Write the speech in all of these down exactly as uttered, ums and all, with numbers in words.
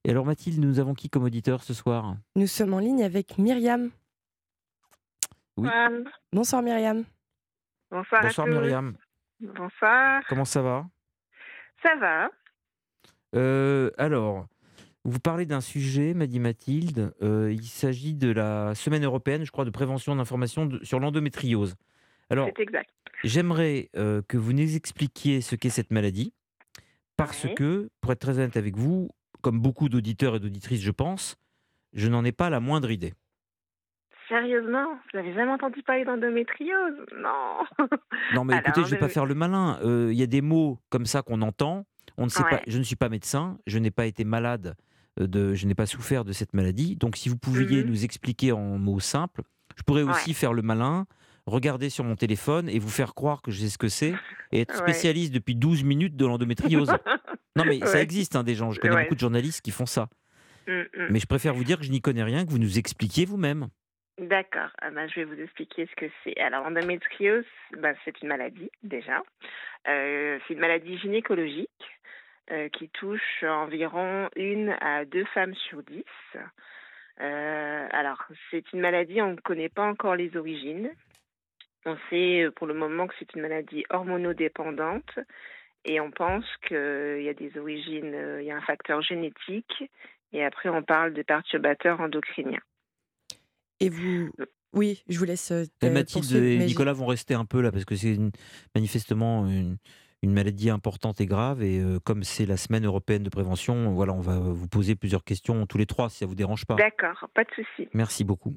Et alors Mathilde, nous avons qui comme auditeur ce soir? Nous sommes en ligne avec Myriam. Oui. Bonsoir. Bonsoir Myriam. Bonsoir à Bonsoir tous. Myriam. Bonsoir. Comment ça va? Ça va. Heu, alors, vous parlez d'un sujet, m'a dit Mathilde, heu, il s'agit de la semaine européenne, je crois, de prévention d'information de sur l'endométriose. Alors, C'est exact. j'aimerais, heu, que vous nous expliquiez ce qu'est cette maladie, parce Oui. que, pour être très honnête avec vous, comme beaucoup d'auditeurs et d'auditrices, je pense, je n'en ai pas la moindre idée. Sérieusement? Vous avez jamais entendu parler d'endométriose? Non. Non, mais Alors, écoutez, je ne vais pas endom faire le malin. Heu, il y a des mots comme ça qu'on entend. On ne sait pas ouais. je ne suis pas médecin, je n'ai pas été malade, heu, de je n'ai pas souffert de cette maladie. Donc si vous pouviez Mmh. nous expliquer en mots simples, je pourrais Ouais. aussi faire le malin, regarder sur mon téléphone et vous faire croire que je sais ce que c'est et être Ouais. spécialiste depuis douze minutes de l'endométriose. Non, mais ça Ouais. existe, hein, des gens. Je connais beaucoup Ouais. de journalistes qui font ça. Mmh mh. Mais je préfère vous dire que je n'y connais rien, que vous nous expliquiez vous-même. D'accord. Ah ben, je vais vous expliquer ce que c'est. Alors, endométriose, bah, c'est une maladie, déjà. Heu, c'est une maladie gynécologique, heu, qui touche environ une à deux femmes sur dix. Heu, alors, c'est une maladie, on ne connaît pas encore les origines. On sait, heu, pour le moment que c'est une maladie hormonodépendante et on pense qu'il y a des origines, heu, il y a un facteur génétique et après on parle de perturbateurs endocriniens. Et vous Oui, je vous laisse, heu, Et te Mathilde poursuivre, et mais j'ai Nicolas vont rester un peu là parce que c'est une manifestement une une maladie importante et grave et heu, comme c'est la semaine européenne de prévention, voilà, on va vous poser plusieurs questions tous les trois si ça vous dérange pas. D'accord, pas de souci. Merci beaucoup.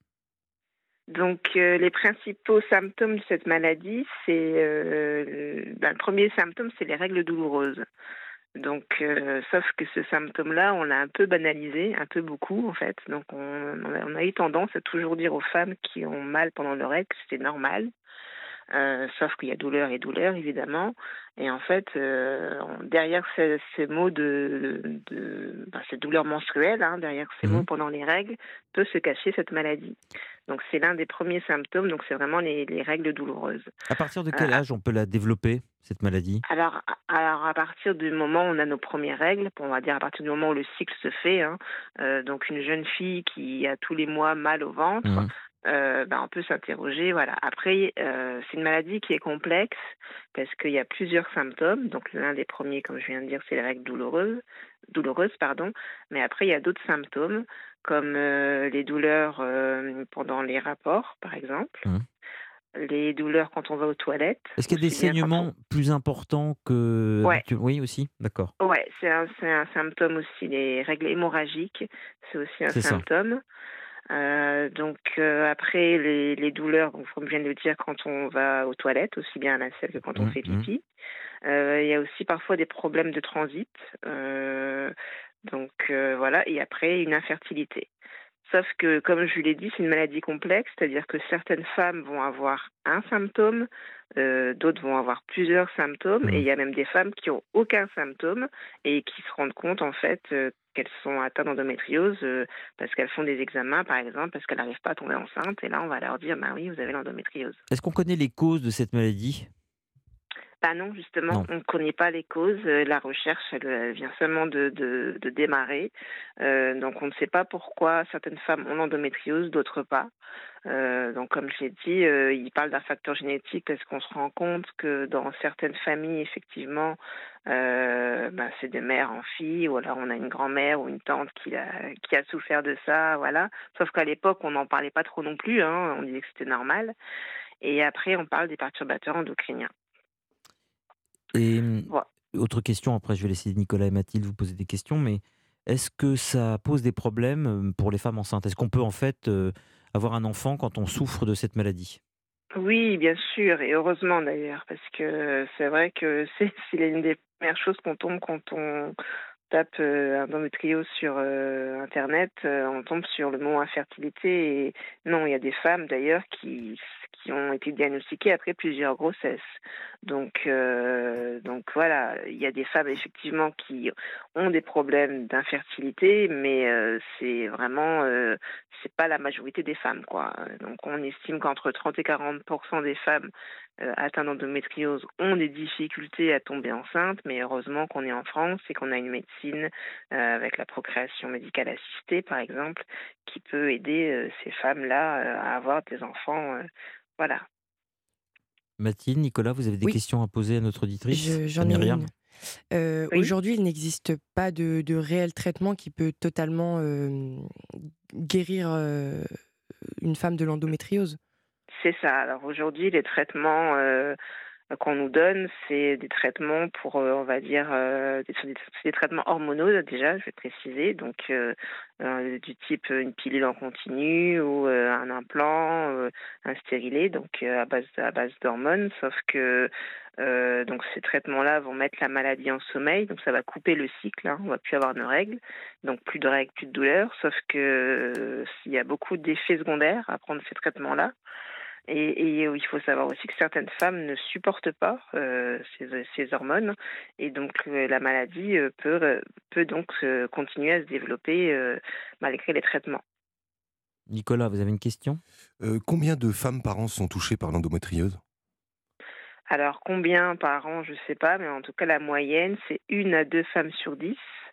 Donc heu, les principaux symptômes de cette maladie, c'est, heu, ben, le premier symptôme, c'est les règles douloureuses. Donc heu, sauf que ce symptôme-là, on l'a un peu banalisé, un peu beaucoup en fait. Donc on on a on a eu tendance à toujours dire aux femmes qui ont mal pendant leurs règles que c'était normal. Heu, sauf qu'il y a douleur et douleur évidemment et en fait, heu, on derrière ces ces mots de de ben, ces douleurs menstruelles, hein, derrière ces Mmh. mots pendant les règles, peut se cacher cette maladie. Donc c'est l'un des premiers symptômes, donc c'est vraiment les les règles douloureuses. À partir de Heu, quel âge on peut la développer, cette maladie? alors a alors à partir du moment où on a nos premières règles, on va dire à partir du moment où le cycle se fait, hein, heu, donc une jeune fille qui a tous les mois mal au ventre, Mmh. heu, ben, on peut s'interroger, voilà. Après, heu, c'est une maladie qui est complexe parce qu'il y a plusieurs symptômes. Donc l'un des premiers, comme je viens de dire, c'est les règles douloureuses douloureuses, pardon. Mais après, il y a d'autres symptômes comme, heu, les douleurs, hem, pendant les rapports, par exemple, Mmh. les douleurs quand on va aux toilettes, Est-ce qu'il y a des aussi bien quand on saignements plus importants ouais. qu'habituel oui aussi? D'accord, Ouais, c'est un c'est un symptôme aussi. Les règles hémorragiques, c'est aussi un c'est ça. symptôme. Heu, donc heu, après les les douleurs, donc comme je viens de le dire, quand on va aux toilettes, aussi bien à la selle que quand on Mmh fait mh. pipi. Heu, il y a aussi parfois des problèmes de transit, heu, donc heu, voilà et après une infertilité. Sauf que, comme je l'ai dit, c'est une maladie complexe, c'est-à-dire que certaines femmes vont avoir un symptôme, heu, d'autres vont avoir plusieurs symptômes et Mmh. il y a même des femmes qui ont aucun symptôme et qui se rendent compte en fait, heu, qu'elles sont atteintes d'endométriose, heu, parce qu'elles font des examens par exemple, parce qu'elles n'arrivent pas à tomber enceinte et là on va leur dire: «Ben oui, vous avez l'endométriose». Est-ce qu'on connaît les causes de cette maladie? Bah non, justement, Non. on ne connaît pas les causes. Heu, la recherche, elle, heu, vient seulement de de de démarrer. Heu, donc on ne sait pas pourquoi certaines femmes ont l'endométriose, d'autres pas. Heu, donc comme je l'ai dit, heu, ils parlent d'un facteur génétique parce qu'on se rend compte que dans certaines familles, effectivement, heu, bah, c'est de mère en fille ou alors on a une grand-mère ou une tante qui a qui a souffert de ça, voilà. Sauf qu'à l'époque, on n'en parlait pas trop non plus, hein, on disait que c'était normal et après on parle des perturbateurs endocriniens. Et mmh, Voi autre question, après je vais laisser Nicolas et Mathilde vous poser des questions, mais est-ce que ça pose des problèmes, hem, pour les femmes enceintes? Est-ce qu'on peut en fait, heu, avoir un enfant quand on souffre de cette maladie? Oui, bien sûr, et heureusement d'ailleurs, parce que c'est vrai que c'est c'est l'une des premières choses qu'on tombe quand on tape euh, endométriose sur euh, Internet, euh, on tombe sur le mot infertilité. Et non, il y a des femmes d'ailleurs qui, qui ont été diagnostiquées après plusieurs grossesses. Donc, euh, donc voilà, il y a des femmes effectivement qui ont des problèmes d'infertilité, mais euh, c'est vraiment, euh, c'est pas la majorité des femmes, quoi. Donc on estime qu'entre trente et quarante pour cent des femmes euh, atteints d'endométriose ont des difficultés à tomber enceinte, mais heureusement qu'on est en France et qu'on a une médecine euh, avec la procréation médicale assistée, par exemple, qui peut aider euh, ces femmes-là euh, à avoir des enfants. Euh, voilà. Mathilde, Nicolas, vous avez des Oui, questions à poser à notre auditrice, je à j'en ai une. Myriam? Heu, Oui. aujourd'hui, il n'existe pas de de réel traitement qui peut totalement, hem, guérir, heu, une femme de l'endométriose? C'est ça. Alors aujourd'hui, les traitements euh, qu'on nous donne, c'est des traitements pour, euh, on va dire, euh, des, c'est des, c'est des traitements hormonaux déjà, je vais préciser, donc euh, euh, du type euh, une pilule en continu ou euh, un implant, euh, un stérilet, donc euh, à base à base d'hormones, sauf que euh, donc ces traitements-là vont mettre la maladie en sommeil, donc ça va couper le cycle, hein, on va plus avoir de règles, donc plus de règles, plus de douleurs, sauf que euh, il y a beaucoup d'effets secondaires à prendre ces traitements-là. Et, et euh, il faut savoir aussi que certaines femmes ne supportent pas euh, ces, ces hormones et donc euh, la maladie euh, peut, euh, peut donc euh, continuer à se développer euh, malgré les traitements. Nicolas, vous avez une question? Euh, combien de femmes par an sont touchées par l'endométriose? Alors combien par an, je ne sais pas, mais en tout cas la moyenne, c'est une à deux femmes sur dix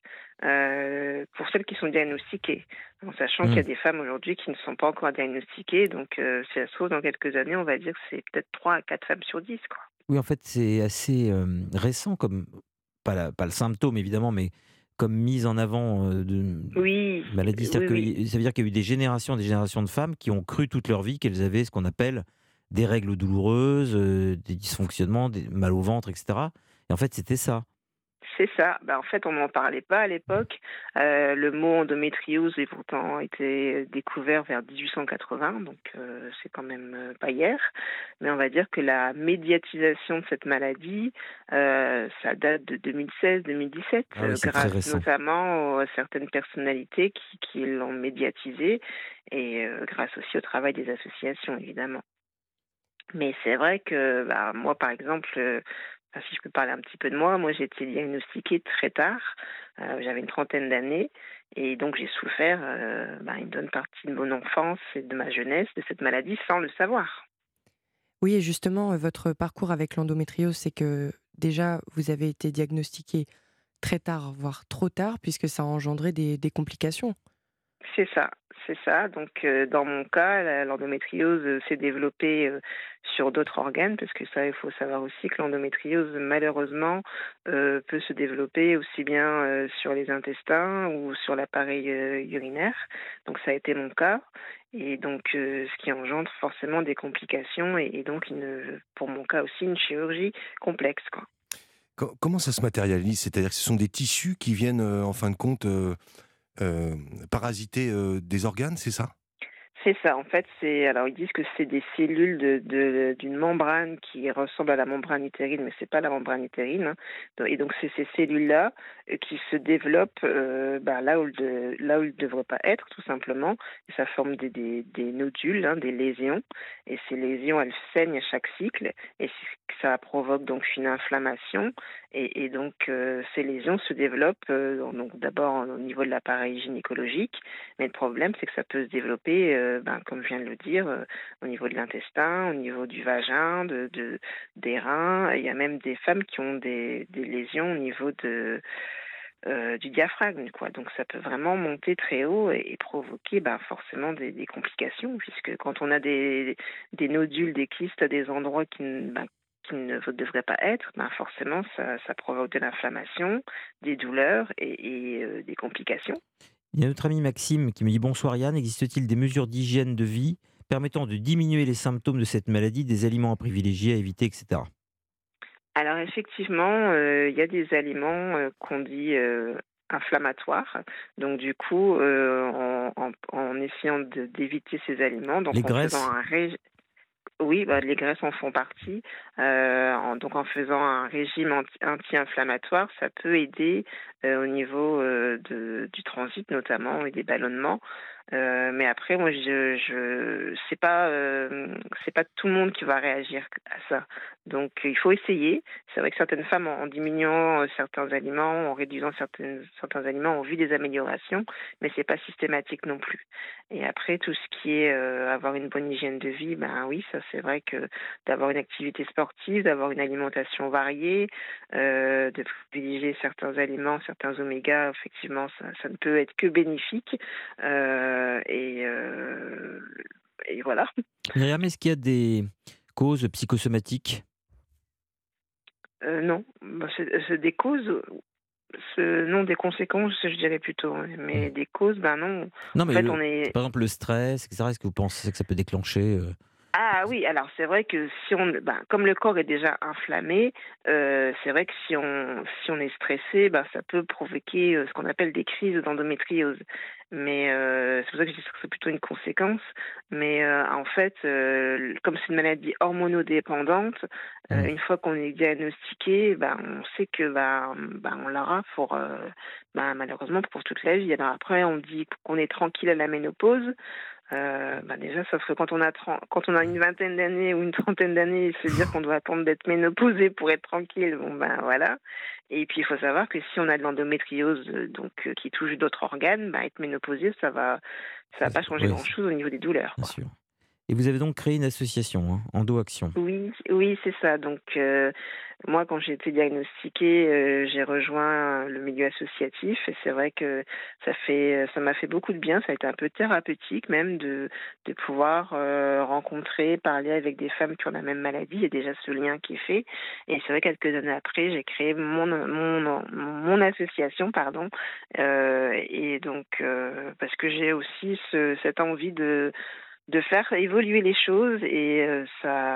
euh, pour celles qui sont diagnostiquées. En sachant qu'il y Mmh. a des femmes aujourd'hui qui ne sont pas encore diagnostiquées, donc euh, si ça se trouve dans quelques années, on va dire que c'est peut-être trois à quatre femmes sur dix, quoi. Oui, en fait, c'est assez, hem, récent comme pas la pas le symptôme évidemment, mais comme mise en avant, heu, de Oui, maladie. C'est-à-dire oui, que oui. y ça veut dire qu'il y a eu des générations, des générations de femmes qui ont cru toute leur vie qu'elles avaient ce qu'on appelle des règles douloureuses, heu, des dysfonctionnements, des mal au ventre et cetera et en fait, c'était ça. C'est ça. Bah, en fait, on n'en parlait pas à l'époque. Heu, le mot endométriose est pourtant été découvert vers dix-huit cent quatre-vingts, donc heu, c'est quand même, heu, pas hier. Mais on va dire que la médiatisation de cette maladie, heu, ça date de deux mille seize-deux mille dix-sept, Ah oui, heu, c'est très grâce récent. notamment à certaines personnalités qui qui l'ont médiatisée et heu, grâce aussi au travail des associations, évidemment. Mais c'est vrai que, bah, moi, par exemple, heu, enfin, si je peux parler un petit peu de moi, moi, j'ai été diagnostiquée très tard, heu, j'avais une trentaine d'années et donc j'ai souffert, heu, bah, une bonne partie de mon enfance et de ma jeunesse de cette maladie sans le savoir. Oui et justement, heu, votre parcours avec l'endométriose, c'est que déjà vous avez été diagnostiquée très tard, voire trop tard puisque ça a engendré des des complications? C'est ça, c'est ça. Donc, heu, dans mon cas, la l'endométriose, heu, s'est développée, heu, sur d'autres organes parce que ça, il faut savoir aussi que l'endométriose, malheureusement, heu, peut se développer aussi bien, heu, sur les intestins ou sur l'appareil, heu, urinaire. Donc ça a été mon cas et donc, heu, ce qui engendre forcément des complications et et donc une pour mon cas aussi, une chirurgie complexe, quoi. Co- Comment ça se matérialise? C'est-à-dire que ce sont des tissus qui viennent, euh, en fin de compte, euh, euh, parasiter euh, des organes, c'est ça? C'est ça, en fait, c'est alors ils disent que c'est des cellules de de d'une membrane qui ressemble à la membrane utérine, mais c'est pas la membrane utérine, hein. Do et donc c'est ces cellules-là, heu, qui se développent, heu, bah, là où de là où ils ne devraient pas être tout simplement et ça forme des des des nodules, hein, des lésions et ces lésions, elles saignent à chaque cycle et c ça provoque donc une inflammation et et donc heu, ces lésions se développent, heu, donc d'abord au niveau de l'appareil gynécologique mais le problème, c'est que ça peut se développer, heu, ben, comme je viens de le dire, heu, au niveau de l'intestin, au niveau du vagin, de de des reins. Il y a même des femmes qui ont des des lésions au niveau de, heu, du diaphragme, quoi. Donc ça peut vraiment monter très haut et et provoquer, ben, forcément des des complications puisque quand on a des des nodules, des kystes à des endroits qui ne ben, qui ne devraient pas être, ben, forcément ça ça provoque de l'inflammation, des douleurs et et heu, des complications. Il y a notre ami Maxime qui me dit: «Bonsoir Yann, existe-t-il des mesures d'hygiène de vie permettant de diminuer les symptômes de cette maladie, des aliments à privilégier, à éviter et cetera?» Alors effectivement, heu, il y a des aliments, heu, qu'on dit, heu, inflammatoires. Donc du coup, heu, en en en essayant de d'éviter ces aliments, donc Les en faisant graisses? un rég oui, bah, les graisses en font partie. Heu, en donc en faisant un régime anti anti-inflammatoire, ça peut aider, heu, au niveau, heu, de du transit notamment et des ballonnements. Heu, mais après moi je je c'est pas, hem, c'est pas tout le monde qui va réagir à ça. Donc il faut essayer. C'est vrai que certaines femmes en en diminuant, heu, certains aliments, en réduisant certaines certains aliments ont vu des améliorations, mais c'est pas systématique non plus. Et après tout ce qui est, heu, avoir une bonne hygiène de vie, ben oui, ça c'est vrai que d'avoir une activité sportive, d'avoir une alimentation variée, heu, de privilégier certains aliments, certains oméga, effectivement ça ça ne peut être que bénéfique. Heu et heu et voilà. Myriam, est-ce qu'il y a des causes psychosomatiques? Heu, non, bah, c'est c'est des causes, ce non, des conséquences, je dirais plutôt, ouais, mais Mmh. des causes, ben non. Non, En mais fait, le on est par exemple, le stress et cetera, est-ce que vous pensez que ça peut déclencher, heu ah oui, alors c'est vrai que si on ben, comme le corps est déjà inflammé, heu, c'est vrai que si on si on est stressé, ben, ça peut provoquer, heu, ce qu'on appelle des crises d'endométriose. Mais heu, c'est pour ça que je dis que c'est plutôt une conséquence. Mais heu, en fait, heu, comme c'est une maladie hormonodépendante, heu, mmh, une fois qu'on est diagnostiqué, ben, on sait que, ben ben, on l'aura pour, heu, ben, malheureusement pour toute la vie. Alors après, on dit qu'on est tranquille à la ménopause. Heu, bah, déjà, sauf que quand on a tren quand on a une vingtaine d'années ou une trentaine d'années, se dire qu'on doit attendre d'être ménopausé pour être tranquille, bon, ben, voilà. Et puis, il faut savoir que si on a de l'endométriose, heu, donc heu, qui touche d'autres organes, bah, être ménopausé, ça va ça ça va pas se changer ouais, grand-chose au niveau des douleurs, bien quoi. sûr. Et vous avez donc créé une association, hein, Endo Action? Oui, oui, c'est ça. Donc, heu, moi, quand j'ai été diagnostiquée, heu, j'ai rejoint le milieu associatif et c'est vrai que ça fait, ça m'a fait beaucoup de bien. Ça a été un peu thérapeutique même de de pouvoir, heu, rencontrer, parler avec des femmes qui ont la même maladie. Il y a déjà ce lien qui est fait et c'est vrai quelques années après, j'ai créé mon mon mon association, pardon, heu et donc heu, parce que j'ai aussi ce cette envie de de faire évoluer les choses et heu,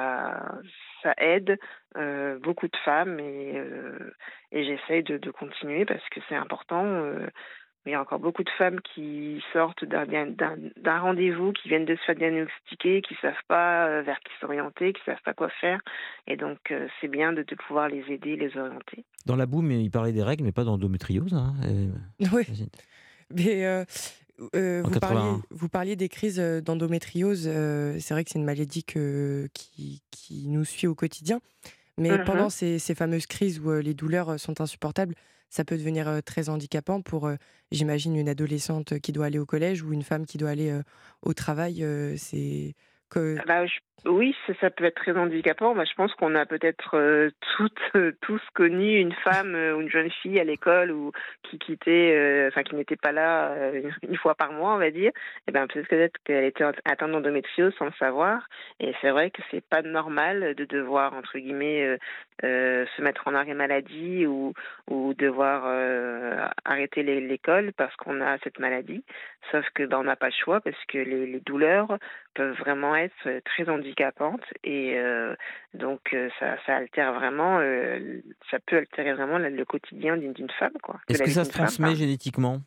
ça ça aide, heu, beaucoup de femmes et heu et j'essaye de de continuer parce que c'est important, heu, il y a encore beaucoup de femmes qui sortent d'un dia d'un d'un rendez-vous, qui viennent de se faire diagnostiquer, qui savent pas, heu, vers qui s'orienter, qui savent pas quoi faire et donc heu, c'est bien de de pouvoir les aider, les orienter. Dans la boum, il parlait des règles, mais pas d'endométriose, hein, heu, Oui, j'imagine? mais heu heu, En vous parliez quatre-vingt-un. vous parliez des crises, heu, d'endométriose, heu, c'est vrai que c'est une maladie que qui qui nous suit au quotidien. Mais pendant Mmh. ces ces fameuses crises où, heu, les douleurs, heu, sont insupportables, ça peut devenir, heu, très handicapant pour, heu, j'imagine une adolescente qui doit aller au collège ou une femme qui doit aller, heu, au travail, heu, c'est que Bah, je oui, ça ça peut être très handicapant. Bah, je pense qu'on a peut-être, heu, toutes, heu, tous connu une femme, heu, ou une jeune fille à l'école ou qui quittait, heu, enfin qui n'était pas là, heu, une fois par mois, on va dire. Et ben, peut-être qu'elle était at atteinte d'endométriose sans le savoir et c'est vrai que c'est pas normal de devoir entre guillemets, heu heu, se mettre en arrêt maladie ou ou devoir, heu, arrêter l'é l'école parce qu'on a cette maladie. Sauf que, bah, on n'a pas le choix parce que les les douleurs peuvent vraiment être, heu, très handicapantes et heu, donc heu, ça ça altère vraiment, heu, ça peut altérer vraiment le le quotidien d'une d'une femme, quoi, de Est-ce la que vie ça se d'une femme, transmet pardon. génétiquement?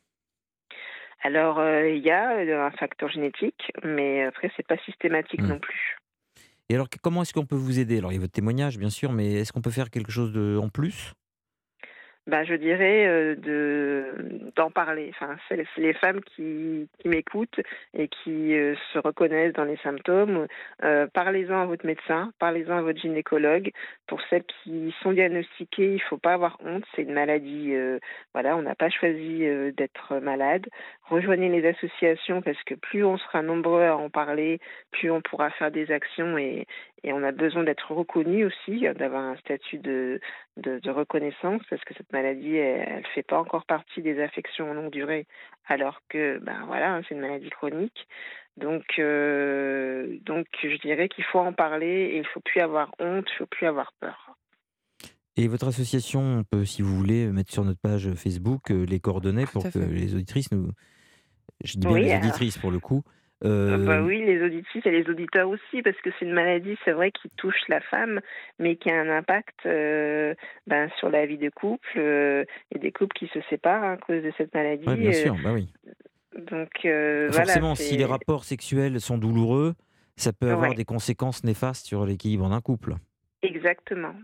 Alors, heu, il y a, heu, un facteur génétique, mais après c'est pas systématique Mmh. non plus. Et alors, comment est-ce qu'on peut vous aider? Alors, il y a votre témoignage, bien sûr, mais est-ce qu'on peut faire quelque chose de en plus? Bah, je dirais, heu, de d'en parler. Enfin, c'est les c'est les femmes qui qui m'écoutent et qui, heu, se reconnaissent dans les symptômes, heu, parlez-en à votre médecin, parlez-en à votre gynécologue. Pour celles qui sont diagnostiquées, il faut pas avoir honte, c'est une maladie, heu, voilà, on n'a pas choisi, heu, d'être malade. Rejoignez les associations parce que plus on sera nombreux à en parler, plus on pourra faire des actions et et on a besoin d'être reconnu aussi, heu, d'avoir un statut de de de reconnaissance parce que cette maladie, elle elle fait pas encore partie des affections en longue durée, alors que, ben, voilà, hein, c'est une maladie chronique. Donc heu, donc je dirais qu'il faut en parler et il faut plus avoir honte, il faut plus avoir peur. Et votre association, on peut, si vous voulez, mettre sur notre page Facebook, heu, les coordonnées tout pour à que fait. les auditrices nous je dis bien Oui, les alors auditrices pour le coup, heu, bah, hem, oui, les auditrices et les auditeurs aussi parce que c'est une maladie, c'est vrai, qui touche la femme, mais qui a un impact, heu, ben, sur la vie de couple, heu, il y a des couples qui se séparent hein, à cause de cette ouais, maladie, bien heu, sûr, bah, oui. donc heu, voilà, Forcément, si les c'est rapports sexuels sont douloureux, ça peut avoir ouais. des conséquences néfastes sur l'équilibre d'un couple. Exactement.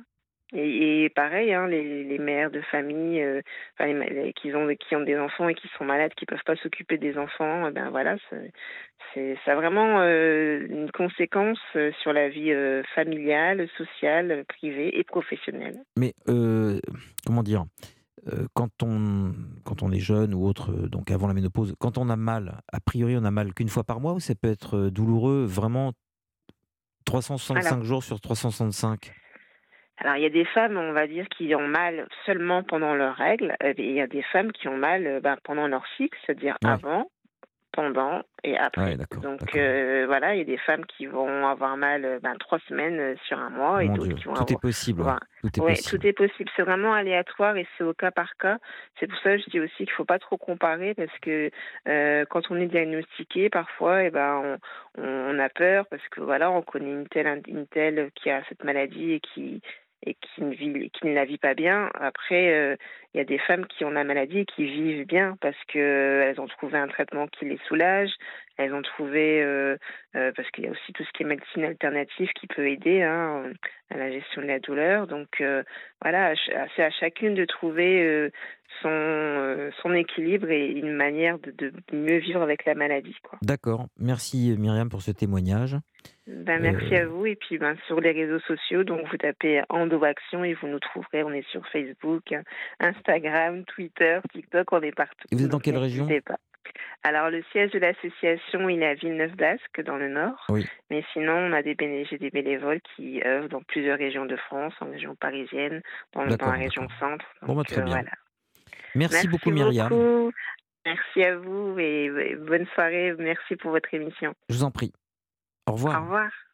Et, et pareil, hein, les, les mères de famille, euh, enfin, les ma- les- qui ont qui ont des enfants et qui sont malades, qui peuvent pas s'occuper des enfants, eh ben voilà, c'est c'est- ça a vraiment euh, une conséquence euh, sur la vie euh, familiale, sociale, privée et professionnelle. Mais, heu, comment dire? Heu, quand on quand on est jeune ou autre, heu, donc avant la ménopause, quand on a mal, a priori, on a mal qu'une fois par mois ou ça peut être, heu, douloureux vraiment trois cent Alors, soixante-cinq jours sur trois cent soixante-cinq? alors il y a des femmes, on va dire, qui ont mal seulement pendant leurs règles, euh, et il y a des femmes qui ont mal euh, ben, pendant leur cycle, c'est-à-dire Ouais, avant, pendant et ouais, après. d'accord, Donc d'accord. euh, voilà, il y a des femmes qui vont avoir mal euh, ben, trois semaines euh, sur un mois et Mon d'autres Dieu, qui vont tout est avoir... possible, ouais, avoir- tout est Ouais, tout possible. est possible. C'est vraiment aléatoire et c'est au cas par cas. C'est pour ça que je dis aussi qu'il faut pas trop comparer parce que euh, quand on est diagnostiqué, parfois, eh ben, on, on a peur parce que voilà, on connaît une telle, une telle qui a cette maladie et qui et qui ne vit, qui ne la vit pas bien. Après, euh, il y a des femmes qui ont la maladie et qui vivent bien parce que elles ont trouvé un traitement qui les soulage. Elles ont trouvé, euh, euh, parce qu'il y a aussi tout ce qui est médecine alternative qui peut aider hein, à la gestion de la douleur. Donc euh, voilà, à ch- c'est à chacune de trouver euh, son, euh, son équilibre et une manière de, de mieux vivre avec la maladie, quoi. D'accord, merci Myriam pour ce témoignage. Ben, merci Heu, à vous. Et puis ben, sur les réseaux sociaux, donc vous tapez Endo Action et vous nous trouverez. On est sur Facebook, Instagram, Twitter, TikTok, on est partout. et vous êtes dans Donc quelle région? n'hésitez pas. Alors, le siège de l'association, il est à Villeneuve-d'Ascq, dans le Nord. Oui, Mais sinon, on a des, béné- j'ai des bénévoles qui œuvrent dans plusieurs régions de France, en région parisienne, dans, le- dans la d'accord, région d'accord. centre. Bon, Donc, bah, très euh, bien. voilà. Merci beaucoup Merci Myriam, beaucoup. Merci à vous et et bonne soirée. Merci pour votre émission. je vous en prie. Au Au revoir. revoir.